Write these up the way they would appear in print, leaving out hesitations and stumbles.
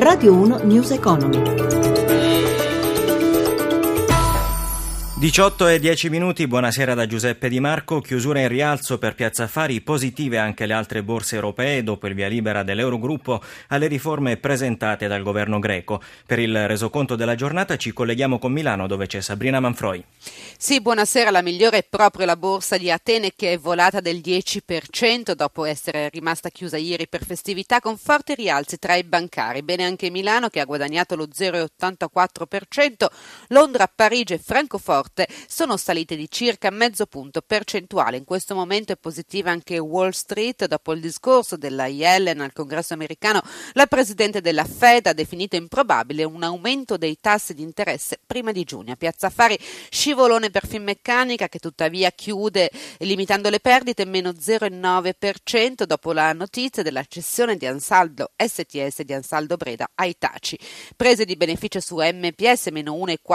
Radio 1 News Economy. 18:10, buonasera da Giuseppe Di Marco. Chiusura in rialzo per Piazza Affari, positive anche le altre borse europee dopo il via libera dell'Eurogruppo alle riforme presentate dal governo greco. Per il resoconto della giornata ci colleghiamo con Milano, dove c'è Sabrina Manfroi. Sì, buonasera. La migliore è proprio la borsa di Atene, che è volata del 10% dopo essere rimasta chiusa ieri per festività, con forti rialzi tra i bancari. Bene anche Milano, che ha guadagnato lo 0,84%. Londra, Parigi e Francoforte sono salite di circa mezzo punto percentuale. In questo momento è positiva anche Wall Street. Dopo il discorso della Yellen al Congresso americano, la presidente della Fed ha definito improbabile un aumento dei tassi di interesse prima di giugno. A Piazza Affari, scivolone per Finmeccanica, che tuttavia chiude limitando le perdite, meno 0,9% dopo la notizia della cessione di Ansaldo STS e di Ansaldo Breda ai Taci. Prese di beneficio su MPS, meno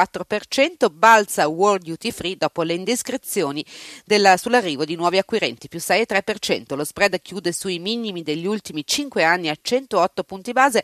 1,4%, balza World Duty Free dopo le indiscrezioni sull'arrivo di nuovi acquirenti, più 6,3%. Lo spread chiude sui minimi degli ultimi 5 anni a 108 punti base,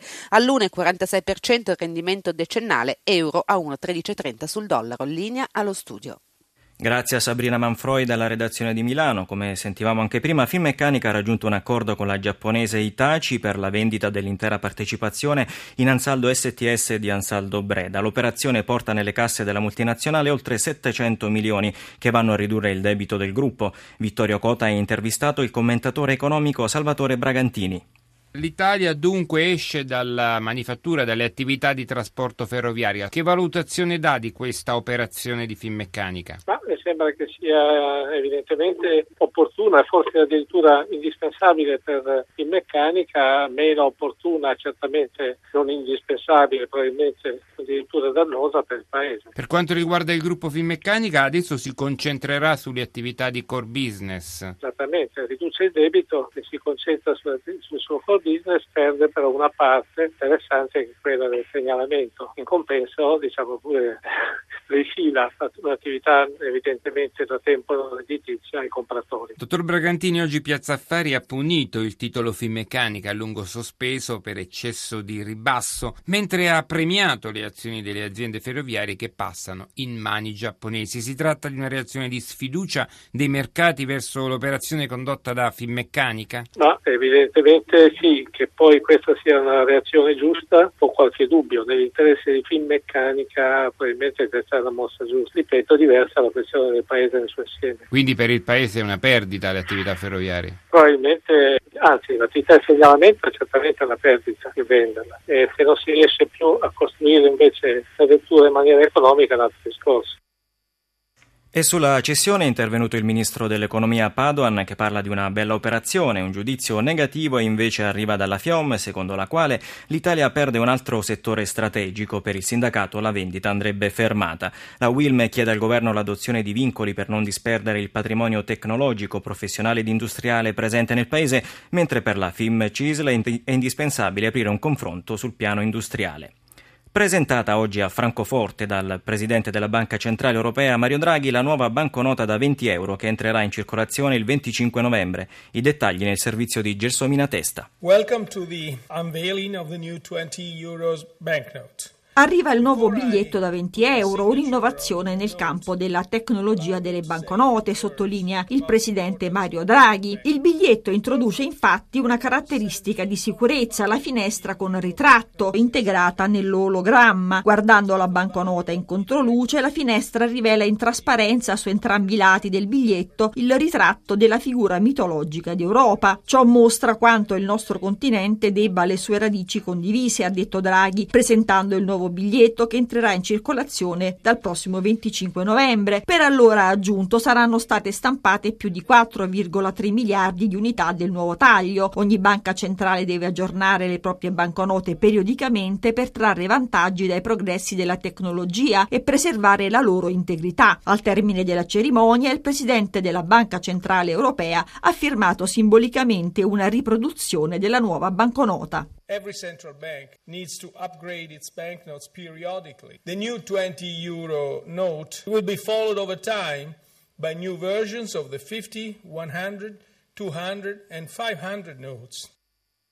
all'1,46% il rendimento decennale, euro a 1,1330 sul dollaro. Linea allo studio. Grazie a Sabrina Manfroi dalla redazione di Milano. Come sentivamo anche prima, Finmeccanica ha raggiunto un accordo con la giapponese Hitachi per la vendita dell'intera partecipazione in Ansaldo STS di Ansaldo Breda. L'operazione porta nelle casse della multinazionale oltre 700 milioni che vanno a ridurre il debito del gruppo. Vittorio Cota ha intervistato il commentatore economico Salvatore Bragantini. L'Italia dunque esce dalla manifattura, dalle attività di trasporto ferroviario. Che valutazione dà di questa operazione di Finmeccanica? Mi sembra che sia evidentemente opportuna e forse addirittura indispensabile per Finmeccanica, meno opportuna certamente, non indispensabile, probabilmente addirittura dannosa per il Paese. Per quanto riguarda il gruppo Finmeccanica, adesso si concentrerà sulle attività di core business. Esattamente, riduce il debito e si concentra sul suo core business, perde però una parte interessante che è quella del segnalamento. In compenso, pure rifila un'attività evidentemente da tempo redditizia ai compratori. Dottor Bragantini, oggi Piazza Affari ha punito il titolo Finmeccanica a lungo sospeso per eccesso di ribasso, mentre ha premiato le azioni delle aziende ferroviarie che passano in mani giapponesi. Si tratta di una reazione di sfiducia dei mercati verso l'operazione condotta da Finmeccanica? No, evidentemente sì. Che poi questa sia una reazione giusta, ho qualche dubbio. Nell'interesse di Finmeccanica probabilmente questa è una mossa giusta. Ripeto, diversa la questione del Paese nel suo insieme. Quindi per il Paese è una perdita le attività ferroviarie? Probabilmente, anzi, l'attività di segnalamento è certamente una perdita di venderla. E se non si riesce più a costruire invece la vettura in maniera economica è un altro discorso. E sulla cessione è intervenuto il ministro dell'economia Padoan, che parla di una bella operazione. Un giudizio negativo invece arriva dalla FIOM, secondo la quale l'Italia perde un altro settore strategico. Per il sindacato la vendita andrebbe fermata. La UILM chiede al governo l'adozione di vincoli per non disperdere il patrimonio tecnologico, professionale ed industriale presente nel paese, mentre per la FIM-CISL è indispensabile aprire un confronto sul piano industriale. Presentata oggi a Francoforte dal presidente della Banca Centrale Europea Mario Draghi la nuova banconota da 20 euro che entrerà in circolazione il 25 novembre. I dettagli nel servizio di Gelsomina Testa. Welcome to the unveiling of the new 20 euros banknote. Arriva il nuovo biglietto da 20 euro, un'innovazione nel campo della tecnologia delle banconote, sottolinea il presidente Mario Draghi. Il biglietto introduce infatti una caratteristica di sicurezza, la finestra con ritratto, integrata nell'ologramma. Guardando la banconota in controluce, la finestra rivela in trasparenza su entrambi i lati del biglietto il ritratto della figura mitologica d'Europa. Ciò mostra quanto il nostro continente debba le sue radici condivise, ha detto Draghi, presentando il nuovo biglietto che entrerà in circolazione dal prossimo 25 novembre. Per allora, ha aggiunto, saranno state stampate più di 4,3 miliardi di unità del nuovo taglio. Ogni banca centrale deve aggiornare le proprie banconote periodicamente per trarre vantaggi dai progressi della tecnologia e preservare la loro integrità. Al termine della cerimonia, il presidente della Banca Centrale Europea ha firmato simbolicamente una riproduzione della nuova banconota. Every central bank needs to upgrade its banknotes periodically. The new 20 euro note will be followed over time by new versions of the 50, 100, 200 and 500 notes.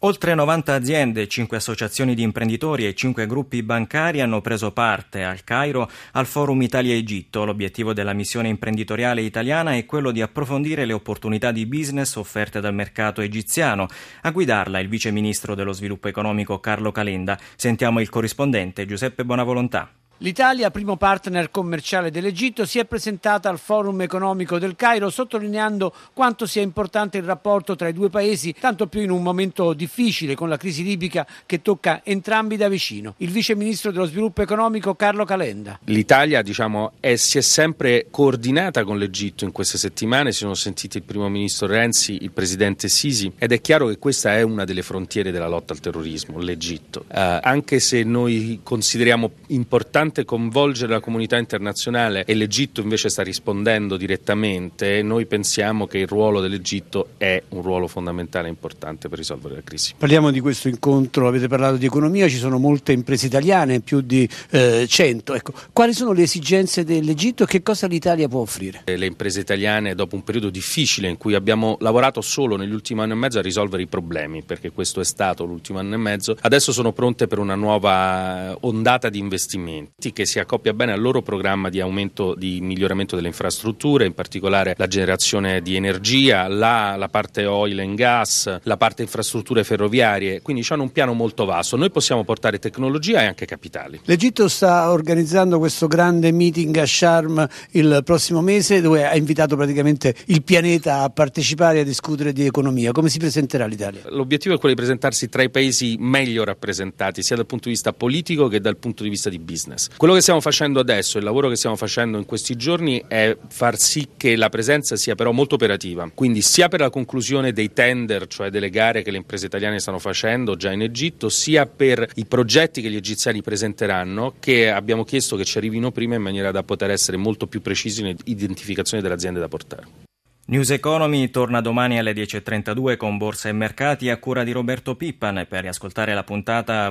Oltre 90 aziende, 5 associazioni di imprenditori e 5 gruppi bancari hanno preso parte al Cairo al Forum Italia-Egitto. L'obiettivo della missione imprenditoriale italiana è quello di approfondire le opportunità di business offerte dal mercato egiziano. A guidarla il vice ministro dello sviluppo economico Carlo Calenda. Sentiamo il corrispondente Giuseppe Bonavolontà. L'Italia, primo partner commerciale dell'Egitto, si è presentata al Forum economico del Cairo sottolineando quanto sia importante il rapporto tra i due paesi, tanto più in un momento difficile con la crisi libica che tocca entrambi da vicino. Il vice ministro dello sviluppo economico Carlo Calenda. L'Italia si è sempre coordinata con l'Egitto in queste settimane, si sono sentiti il primo ministro Renzi, il presidente Sisi, ed è chiaro che questa è una delle frontiere della lotta al terrorismo, l'Egitto. Anche se noi consideriamo importante coinvolgere la comunità internazionale e l'Egitto invece sta rispondendo direttamente, noi pensiamo che il ruolo dell'Egitto è un ruolo fondamentale e importante per risolvere la crisi. Parliamo di questo incontro, avete parlato di economia, ci sono molte imprese italiane, più di 100. Ecco, quali sono le esigenze dell'Egitto e che cosa l'Italia può offrire? Le imprese italiane, dopo un periodo difficile in cui abbiamo lavorato solo nell'ultimo anno e mezzo a risolvere i problemi, perché questo è stato l'ultimo anno e mezzo, adesso sono pronte per una nuova ondata di investimenti che si accoppia bene al loro programma di aumento, di miglioramento delle infrastrutture, in particolare la generazione di energia, la parte oil and gas, la parte infrastrutture ferroviarie, quindi hanno un piano molto vasto. Noi possiamo portare tecnologia e anche capitali. L'Egitto sta organizzando questo grande meeting a Sharm il prossimo mese, dove ha invitato praticamente il pianeta a partecipare e a discutere di economia. Come si presenterà l'Italia? L'obiettivo è quello di presentarsi tra i paesi meglio rappresentati, sia dal punto di vista politico che dal punto di vista di business. Quello che stiamo facendo adesso, il lavoro che stiamo facendo in questi giorni è far sì che la presenza sia però molto operativa, quindi sia per la conclusione dei tender, cioè delle gare che le imprese italiane stanno facendo già in Egitto, sia per i progetti che gli egiziani presenteranno, che abbiamo chiesto che ci arrivino prima in maniera da poter essere molto più precisi nell'identificazione delle aziende da portare. News Economy torna domani alle 10.32 con Borsa e Mercati a cura di Roberto Pippan. Per riascoltare la puntata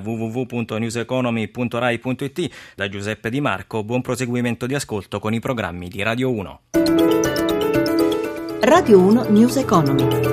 www.newseconomy.rai.it. Da Giuseppe Di Marco, buon proseguimento di ascolto con i programmi di Radio 1. Radio 1 News Economy.